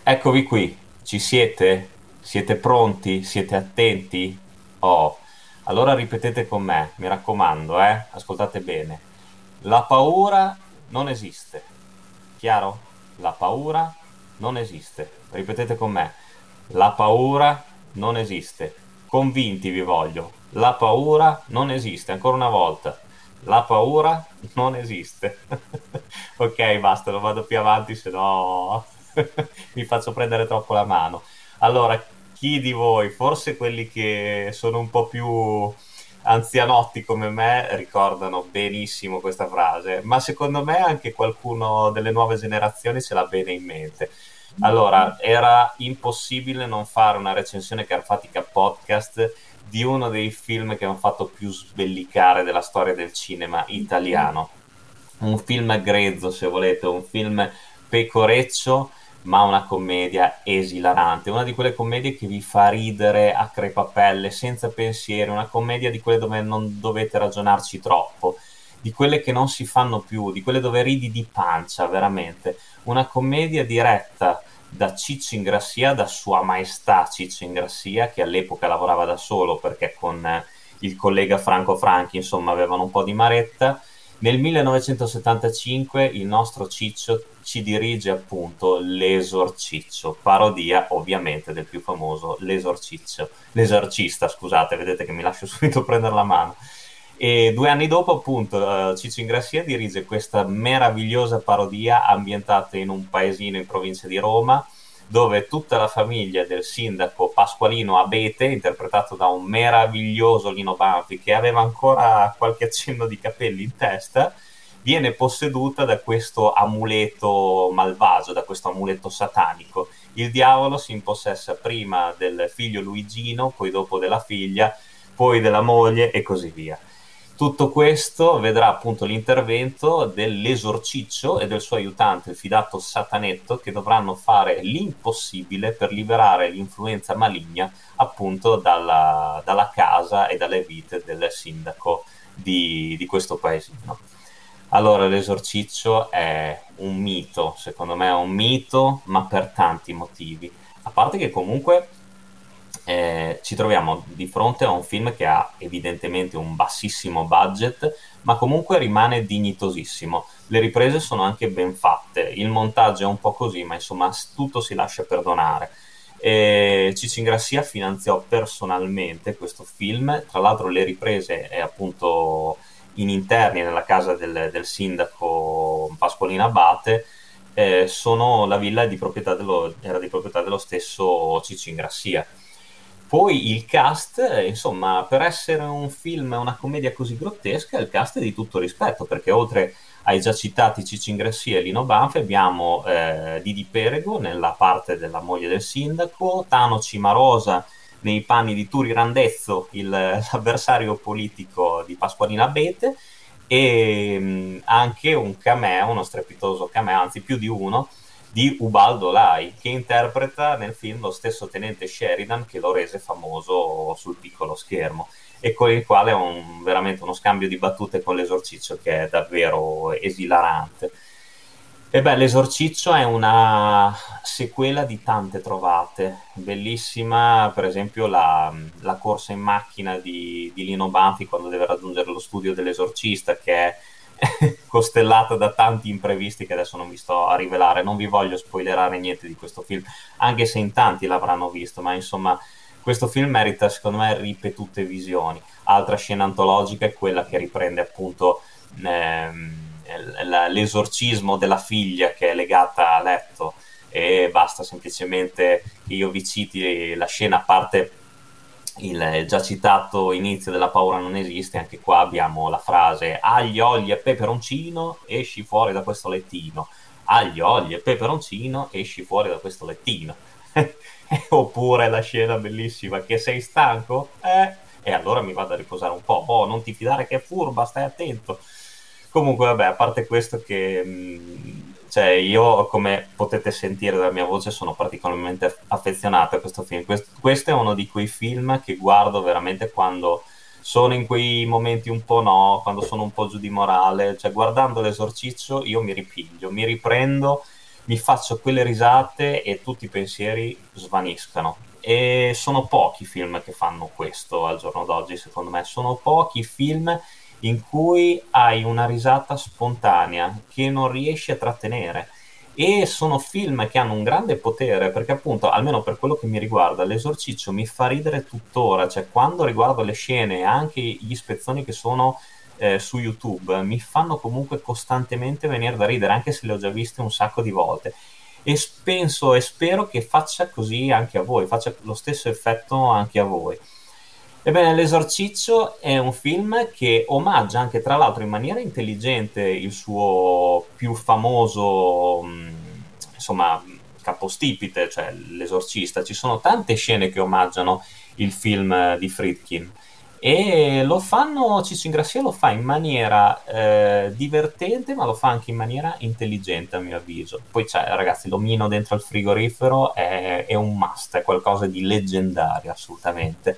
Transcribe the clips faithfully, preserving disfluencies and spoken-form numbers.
Eccovi qui, ci siete? Siete pronti? Siete attenti? Oh, allora ripetete con me, mi raccomando, eh? Ascoltate bene. La paura non esiste. Chiaro? La paura non esiste. Ripetete con me. La paura non esiste. Convinti vi voglio. La paura non esiste. Ancora una volta. La paura non esiste. Ok, basta, non vado più avanti, se no mi faccio prendere troppo la mano. Allora, chi di voi, forse quelli che sono un po' più anzianotti come me, ricordano benissimo questa frase, ma secondo me anche qualcuno delle nuove generazioni ce l'ha bene in mente. Allora, era impossibile non fare una recensione carfatica podcast di uno dei film che hanno fatto più sbellicare della storia del cinema italiano. Un film grezzo, se volete, un film pecoreccio, ma una commedia esilarante. Una di quelle commedie che vi fa ridere a crepapelle, senza pensieri, una commedia di quelle dove non dovete ragionarci troppo, di quelle che non si fanno più, di quelle dove ridi di pancia, veramente. Una commedia diretta da Ciccio Ingrassia, da Sua Maestà Ciccio Ingrassia, che all'epoca lavorava da solo perché con eh, il collega Franco Franchi, insomma, avevano un po' di maretta. Nel millenovecentosettantacinque il nostro Ciccio ci dirige appunto L'Esorciccio, parodia ovviamente del più famoso L'Esorciccio, L'Esorcista, scusate, vedete che mi lascio subito prendere la mano. E due anni dopo, appunto, eh, Ciccio Ingrassia dirige questa meravigliosa parodia ambientata in un paesino in provincia di Roma, dove tutta la famiglia del sindaco Pasqualino Abete, interpretato da un meraviglioso Lino Banfi che aveva ancora qualche accenno di capelli in testa, viene posseduta da questo amuleto malvagio, da questo amuleto satanico. Il diavolo si impossessa prima del figlio Luigino, poi dopo della figlia, poi della moglie e così via. Tutto questo vedrà appunto l'intervento dell'esorciccio e del suo aiutante, il fidato Satanetto, che dovranno fare l'impossibile per liberare l'influenza maligna appunto dalla, dalla casa e dalle vite del sindaco di, di questo paesino. Allora, l'esorciccio è un mito, secondo me è un mito, ma per tanti motivi. A parte che comunque eh, ci troviamo di fronte a un film che ha evidentemente un bassissimo budget, ma comunque rimane dignitosissimo. Le riprese sono anche ben fatte, il montaggio è un po' così, ma insomma tutto si lascia perdonare. E Ciccio Ingrassia finanziò personalmente questo film, tra l'altro le riprese è appunto in interni nella casa del, del sindaco Pasqualino Abate, eh, sono la villa di proprietà dello, era di proprietà dello stesso Ciccio Ingrassia. Poi il cast, eh, insomma, per essere un film, una commedia così grottesca, il cast è di tutto rispetto, perché oltre ai già citati Ciccio Ingrassia e Lino Banfi abbiamo eh, Didi Perego nella parte della moglie del sindaco, Tano Cimarosa nei panni di Turi Randezzo, il, l'avversario politico di Pasqualina Abete, e mh, anche un cameo, uno strepitoso cameo, anzi più di uno, di Ubaldo Lai, che interpreta nel film lo stesso tenente Sheridan che lo rese famoso sul piccolo schermo e con il quale ho un, veramente uno scambio di battute con l'esorciccio che è davvero esilarante. E beh, l'esorciccio è una sequela di tante trovate, bellissima, per esempio la, la corsa in macchina di, di Lino Banfi quando deve raggiungere lo studio dell'esorcista, che è costellata da tanti imprevisti che adesso non vi sto a rivelare, non vi voglio spoilerare niente di questo film, anche se in tanti l'avranno visto, ma insomma questo film merita secondo me ripetute visioni. Altra scena antologica è quella che riprende appunto ehm, l'esorcismo della figlia che è legata a letto, e basta semplicemente che io vi citi la scena, a parte il già citato inizio della paura non esiste, anche qua abbiamo la frase aglio, olio e peperoncino, esci fuori da questo lettino. Aglio, olio e peperoncino, esci fuori da questo lettino. Oppure la scena bellissima che sei stanco? Eh? E allora mi vado a riposare un po'. Oh, non ti fidare che è furba, stai attento. Comunque, vabbè, a parte questo che... mh, cioè, io, come potete sentire dalla mia voce, sono particolarmente affezionato a questo film. Quest- questo è uno di quei film che guardo veramente quando sono in quei momenti un po' no, quando sono un po' giù di morale. Cioè, guardando l'esorciccio io mi ripiglio, mi riprendo, mi faccio quelle risate e tutti i pensieri svaniscano. E sono pochi i film che fanno questo al giorno d'oggi, secondo me. Sono pochi i film in cui hai una risata spontanea che non riesci a trattenere. E sono film che hanno un grande potere, perché appunto, almeno per quello che mi riguarda, L'Esorciccio mi fa ridere tuttora, cioè quando riguardo le scene e anche gli spezzoni che sono eh, su YouTube, mi fanno comunque costantemente venire da ridere, anche se le ho già viste un sacco di volte. E penso e spero che faccia così anche a voi, faccia lo stesso effetto anche a voi. Ebbene, L'Esorciccio è un film che omaggia anche, tra l'altro, in maniera intelligente il suo più famoso, mh, insomma, capostipite, cioè L'Esorcista. Ci sono tante scene che omaggiano il film di Friedkin e lo fanno, Ciccio Ingrassia lo fa in maniera eh, divertente, ma lo fa anche in maniera intelligente, a mio avviso. Poi c'è, ragazzi, l'omino dentro il frigorifero è, è un must, è qualcosa di leggendario, assolutamente.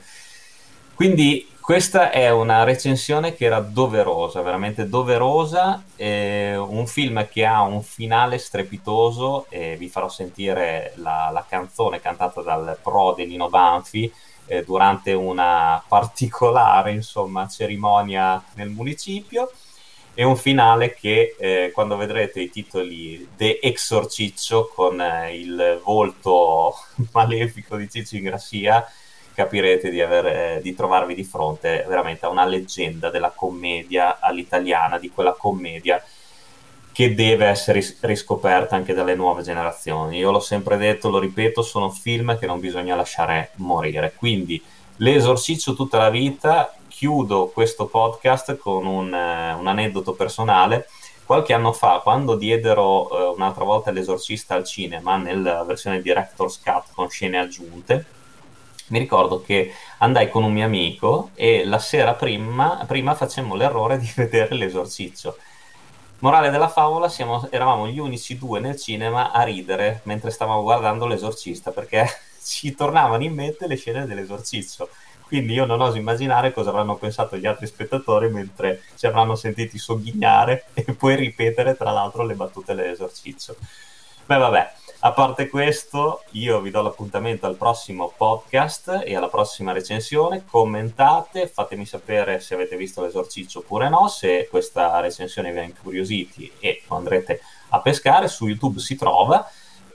Quindi questa è una recensione che era doverosa, veramente doverosa, eh, un film che ha un finale strepitoso, e vi farò sentire la, la canzone cantata dal pro di Nino Banfi eh, durante una particolare, insomma, cerimonia nel municipio, e un finale che eh, quando vedrete i titoli The Exorciccio con eh, il volto malefico di Ciccio Ingrassia, capirete di, aver, di trovarvi di fronte veramente a una leggenda della commedia all'italiana, di quella commedia che deve essere ris- riscoperta anche dalle nuove generazioni. Io l'ho sempre detto, lo ripeto, sono film che non bisogna lasciare morire. Quindi L'Esorciccio tutta la vita. Chiudo questo podcast con un, uh, un aneddoto personale. Qualche anno fa, quando diedero uh, un'altra volta L'Esorcista al cinema, nella versione Director's Cut con scene aggiunte, mi ricordo che andai con un mio amico e la sera prima, prima facemmo l'errore di vedere L'Esorciccio. Morale della favola, siamo, eravamo gli unici due nel cinema a ridere mentre stavamo guardando L'Esorcista, perché ci tornavano in mente le scene dell'Esorciccio. Quindi io non oso immaginare cosa avranno pensato gli altri spettatori mentre ci avranno sentiti sogghignare e poi ripetere tra l'altro le battute dell'Esorciccio. Beh, vabbè. A parte questo, io vi do l'appuntamento al prossimo podcast e alla prossima recensione. Commentate, fatemi sapere se avete visto L'Esorciccio oppure no, se questa recensione vi ha incuriositi e lo andrete a pescare. Su YouTube si trova,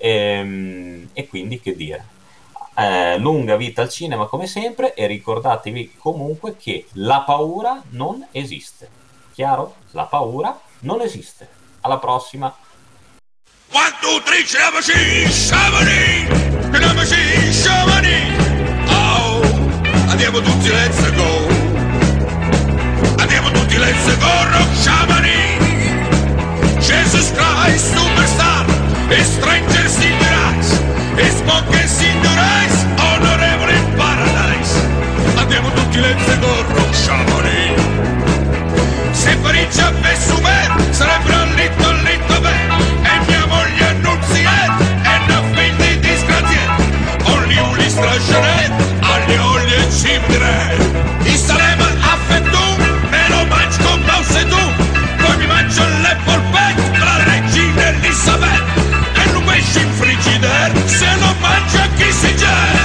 ehm, e quindi che dire. Eh, lunga vita al cinema come sempre, e ricordatevi comunque che la paura non esiste. Chiaro? La paura non esiste. Alla prossima! One, two, three, c'è machine, shamani, che la machine, shamani. Oh, andiamo tutti, let's go. Andiamo tutti, let's go, rock shamani. Jesus Christ, superstar, e strangers in the rise, e smokers in the rise, onorevole in paradise. Andiamo tutti, let's go, rock shamani. Se Parigi avesse un mer, sarebbe un little, little beh. Strașăret, alle olie cimdre. Instalem a fettu, me lo mangi con blause tu. Poi mi mangio le polpette, la regina Elisabeth. E non pesci in frigider, se lo mangia chi si ger.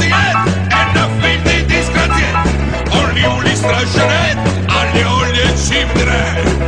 Strașăret, ale olie Cimdere